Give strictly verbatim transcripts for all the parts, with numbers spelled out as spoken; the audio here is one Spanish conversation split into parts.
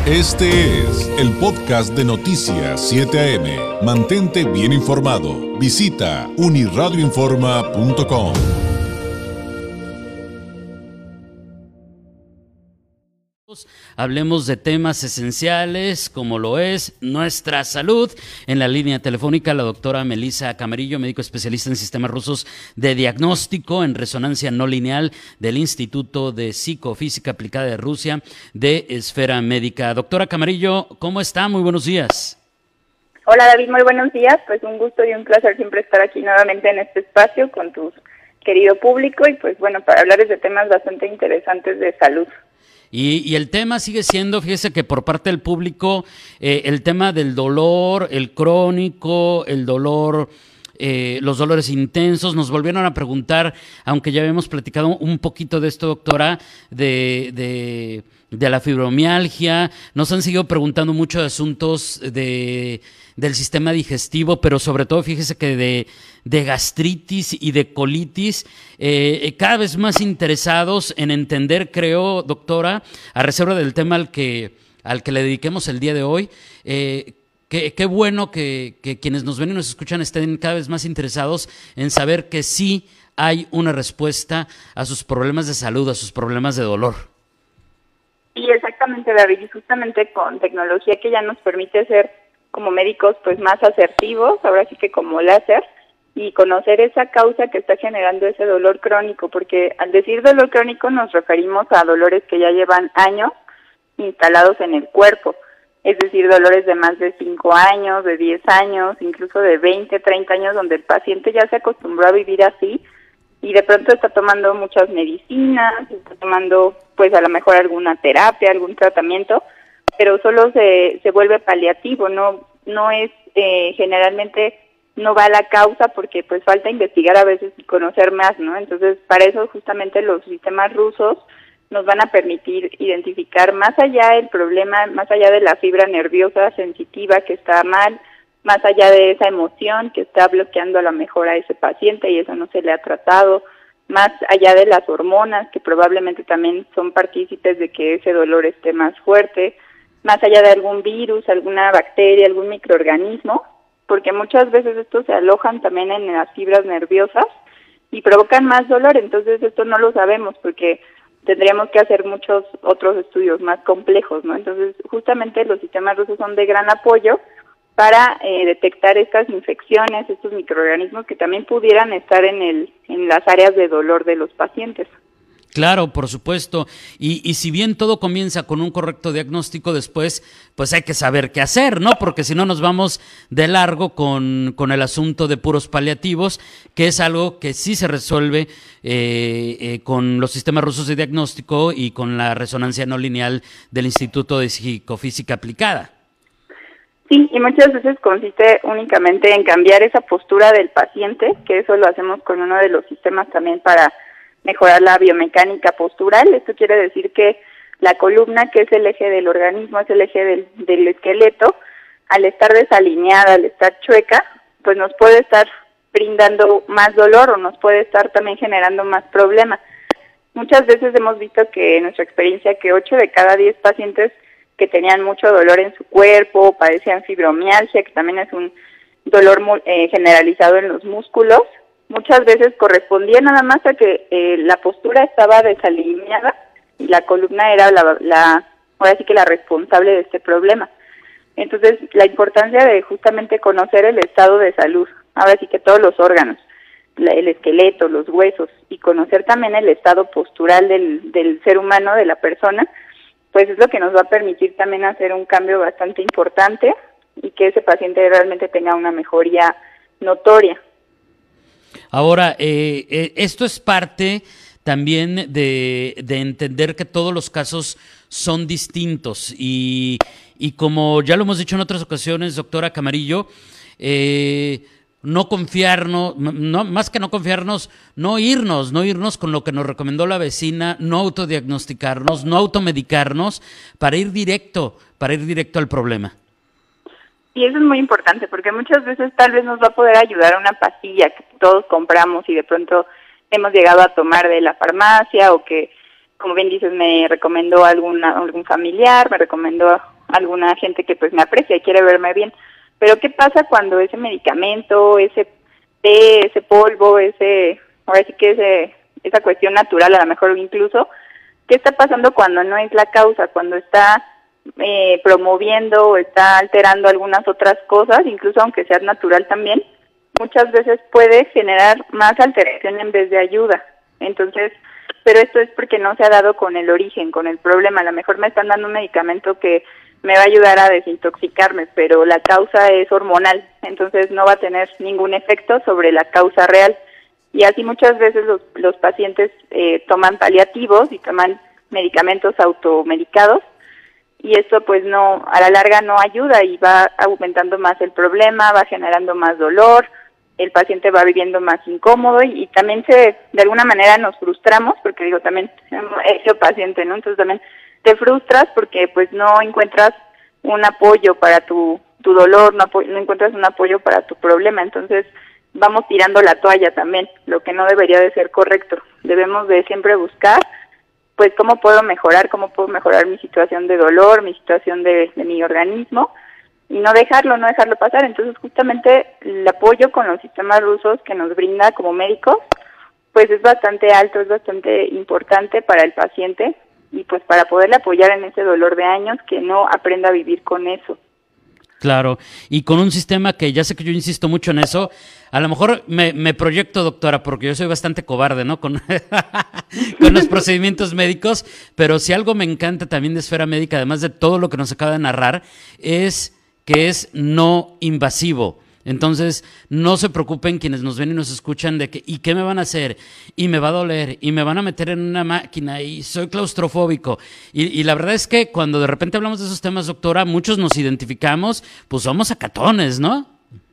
Este es el podcast de Noticias siete A M. Mantente bien informado. Visita uniradioinforma punto com. Hablemos de temas esenciales como lo es nuestra salud. En la línea telefónica la doctora Melissa Camarillo, médico especialista en sistemas rusos de diagnóstico en resonancia no lineal del Instituto de Psicofísica Aplicada de Rusia de Esfera Médica. Doctora Camarillo, ¿cómo está? Muy buenos días. Hola David, muy buenos días. Pues un gusto y un placer siempre estar aquí nuevamente en este espacio con tu querido público y pues bueno, para hablarles de temas bastante interesantes de salud. Y, y el tema sigue siendo, fíjese que por parte del público, eh, el tema del dolor, el crónico, el dolor, eh, los dolores intensos, nos volvieron a preguntar, aunque ya habíamos platicado un poquito de esto, doctora, de, de, de la fibromialgia, nos han seguido preguntando mucho de asuntos de, del sistema digestivo, pero sobre todo, fíjese que de, de gastritis y de colitis, eh, cada vez más interesados en entender, creo, doctora, a reserva del tema al que, al que le dediquemos el día de hoy, eh, qué, qué bueno que, que quienes nos ven y nos escuchan estén cada vez más interesados en saber que sí hay una respuesta a sus problemas de salud, a sus problemas de dolor. Sí, exactamente, David, y justamente con tecnología que ya nos permite ser como médicos pues más asertivos, ahora sí que como láser, y conocer esa causa que está generando ese dolor crónico, porque al decir dolor crónico nos referimos a dolores que ya llevan años instalados en el cuerpo, es decir, dolores de más de cinco años, de diez años, incluso de veinte, treinta años, donde el paciente ya se acostumbró a vivir así y de pronto está tomando muchas medicinas, está tomando pues a lo mejor alguna terapia, algún tratamiento, pero solo se, se vuelve paliativo, no, no es eh, generalmente no va a la causa porque pues falta investigar a veces y conocer más, ¿no? Entonces, para eso justamente los sistemas rusos nos van a permitir identificar más allá el problema, más allá de la fibra nerviosa sensitiva que está mal, más allá de esa emoción que está bloqueando a lo mejor a ese paciente y eso no se le ha tratado, más allá de las hormonas que probablemente también son partícipes de que ese dolor esté más fuerte, más allá de algún virus, alguna bacteria, algún microorganismo, porque muchas veces estos se alojan también en las fibras nerviosas y provocan más dolor, entonces esto no lo sabemos porque tendríamos que hacer muchos otros estudios más complejos, ¿no? Entonces justamente los sistemas rusos son de gran apoyo para eh, detectar estas infecciones, estos microorganismos que también pudieran estar en el en las áreas de dolor de los pacientes. Claro, por supuesto. Y, y si bien todo comienza con un correcto diagnóstico, después pues hay que saber qué hacer, ¿no? Porque si no nos vamos de largo con, con el asunto de puros paliativos, que es algo que sí se resuelve eh, eh, con los sistemas rusos de diagnóstico y con la resonancia no lineal del Instituto de Psicofísica Aplicada. Sí, y muchas veces consiste únicamente en cambiar esa postura del paciente, que eso lo hacemos con uno de los sistemas también para mejorar la biomecánica postural. Esto quiere decir que la columna, que es el eje del organismo, es el eje del, del esqueleto, al estar desalineada, al estar chueca, pues nos puede estar brindando más dolor o nos puede estar también generando más problemas. Muchas veces hemos visto que en nuestra experiencia que ocho de cada diez pacientes que tenían mucho dolor en su cuerpo, padecían fibromialgia, que también es un dolor eh, generalizado en los músculos, muchas veces correspondía nada más a que eh, la postura estaba desalineada y la columna era la, la, ahora sí que la responsable de este problema. Entonces, la importancia de justamente conocer el estado de salud, ahora sí que todos los órganos, la, el esqueleto, los huesos, y conocer también el estado postural del, del ser humano, de la persona, pues es lo que nos va a permitir también hacer un cambio bastante importante y que ese paciente realmente tenga una mejoría notoria. Ahora, eh, eh, esto es parte también de, de entender que todos los casos son distintos y, y como ya lo hemos dicho en otras ocasiones, doctora Camarillo, eh, no confiarnos, no, más que no confiarnos, no irnos, no irnos con lo que nos recomendó la vecina, no autodiagnosticarnos, no automedicarnos, para ir directo, para ir directo al problema. Y eso es muy importante porque muchas veces tal vez nos va a poder ayudar una pastilla que todos compramos y de pronto hemos llegado a tomar de la farmacia o que, como bien dices, me recomendó alguna, algún familiar, me recomendó alguna gente que pues me aprecia y quiere verme bien. Pero ¿qué pasa cuando ese medicamento, ese té, ese polvo, ese, ahora sí que ese, esa cuestión natural, a lo mejor incluso, qué está pasando cuando no es la causa, cuando está eh, promoviendo o está alterando algunas otras cosas, incluso aunque sea natural también, muchas veces puede generar más alteración en vez de ayuda? Entonces, pero esto es porque no se ha dado con el origen, con el problema. A lo mejor me están dando un medicamento que me va a ayudar a desintoxicarme, pero la causa es hormonal, entonces no va a tener ningún efecto sobre la causa real. Y así muchas veces los, los pacientes eh, toman paliativos y toman medicamentos automedicados, y esto pues no, a la larga no ayuda y va aumentando más el problema, va generando más dolor, el paciente va viviendo más incómodo y, y también se, de alguna manera nos frustramos, porque digo, también he sido paciente, ¿no? Entonces también te frustras porque pues no encuentras un apoyo para tu, tu dolor, no, no encuentras un apoyo para tu problema, entonces vamos tirando la toalla también, lo que no debería de ser correcto. Debemos de siempre buscar pues cómo puedo mejorar, cómo puedo mejorar mi situación de dolor, mi situación de, de mi organismo, y no dejarlo, no dejarlo pasar. Entonces justamente el apoyo con los sistemas rusos que nos brinda como médicos, pues es bastante alto, es bastante importante para el paciente, y pues para poderle apoyar en ese dolor de años, que no aprenda a vivir con eso. Claro, y con un sistema que ya sé que yo insisto mucho en eso, a lo mejor me, me proyecto, doctora, porque yo soy bastante cobarde, ¿no? Con, con los procedimientos médicos, pero si algo me encanta también de Esfera Médica, además de todo lo que nos acaba de narrar, es que es no invasivo. Entonces, no se preocupen quienes nos ven y nos escuchan de que, ¿y qué me van a hacer? Y me va a doler, y me van a meter en una máquina, y soy claustrofóbico. Y, y la verdad es que cuando de repente hablamos de esos temas, doctora, muchos nos identificamos, pues somos acatones, ¿no?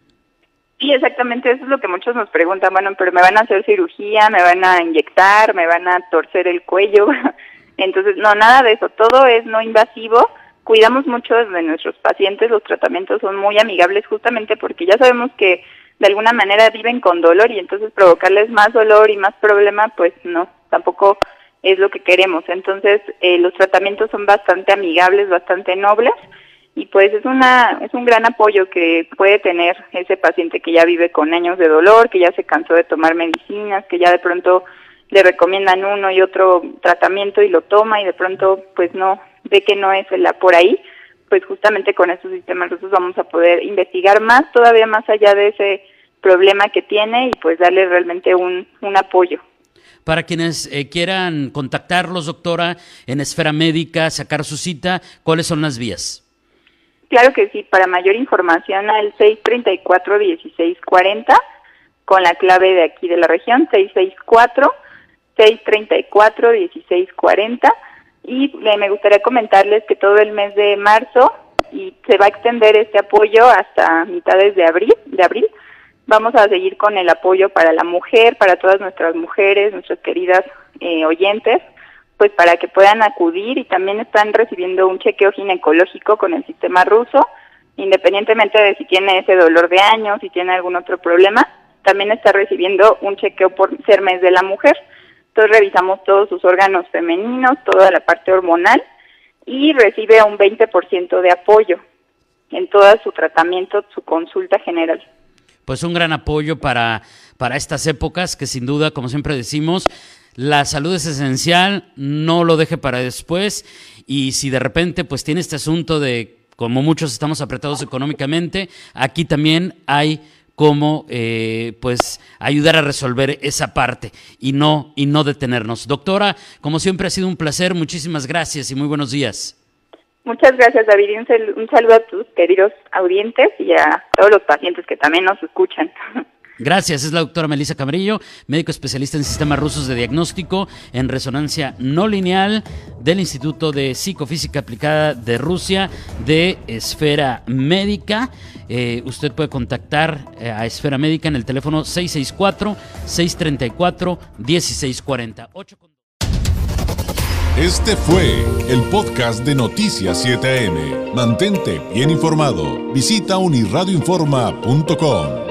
Sí, exactamente, eso es lo que muchos nos preguntan. Bueno, pero me van a hacer cirugía, me van a inyectar, me van a torcer el cuello. Entonces, no, nada de eso, todo es no invasivo. Cuidamos mucho de nuestros pacientes, los tratamientos son muy amigables justamente porque ya sabemos que de alguna manera viven con dolor, y entonces provocarles más dolor y más problema, pues no, tampoco es lo que queremos. Entonces eh, los tratamientos son bastante amigables, bastante nobles, y pues es una es un gran apoyo que puede tener ese paciente que ya vive con años de dolor, que ya se cansó de tomar medicinas, que ya de pronto le recomiendan uno y otro tratamiento y lo toma y de pronto pues no ve que no es la por ahí. Pues justamente con estos sistemas rusos vamos a poder investigar más, todavía más allá de ese problema que tiene, y pues darle realmente un, un apoyo. Para quienes eh, quieran contactarlos, doctora, en Esfera Médica, sacar su cita, ¿cuáles son las vías? Claro que sí, para mayor información al seis treinta y cuatro, dieciséis cuarenta, con la clave de aquí de la región, seis seis cuatro, seis treinta y cuatro, dieciséis cuarenta. Y eh, me gustaría comentarles que todo el mes de marzo, y se va a extender este apoyo hasta mitades de abril, de abril, vamos a seguir con el apoyo para la mujer, para todas nuestras mujeres, nuestras queridas eh, oyentes, pues para que puedan acudir, y también están recibiendo un chequeo ginecológico con el sistema ruso, independientemente de si tiene ese dolor de años, si tiene algún otro problema, también está recibiendo un chequeo por ser mes de la mujer. Entonces revisamos todos sus órganos femeninos, toda la parte hormonal, y recibe un veinte por ciento de apoyo en todo su tratamiento, su consulta general. Pues un gran apoyo para, para estas épocas que sin duda, como siempre decimos, la salud es esencial, no lo deje para después, y si de repente pues tiene este asunto de, como muchos estamos apretados económicamente, aquí también hay cómo eh, pues ayudar a resolver esa parte y no, y no detenernos. Doctora, como siempre ha sido un placer, muchísimas gracias y muy buenos días. Muchas gracias, David, y un, sal- un saludo a tus queridos audientes y a todos los pacientes que también nos escuchan. Gracias, es la doctora Melissa Camarillo, médico especialista en sistemas rusos de diagnóstico en resonancia no lineal del Instituto de Psicofísica Aplicada de Rusia, de Esfera Médica. Eh, usted puede contactar eh, a Esfera Médica en el teléfono seis seis cuatro, seis treinta y cuatro, dieciséis cuarenta. Este fue el podcast de Noticias siete A M. Mantente bien informado. Visita unirradioinforma punto com.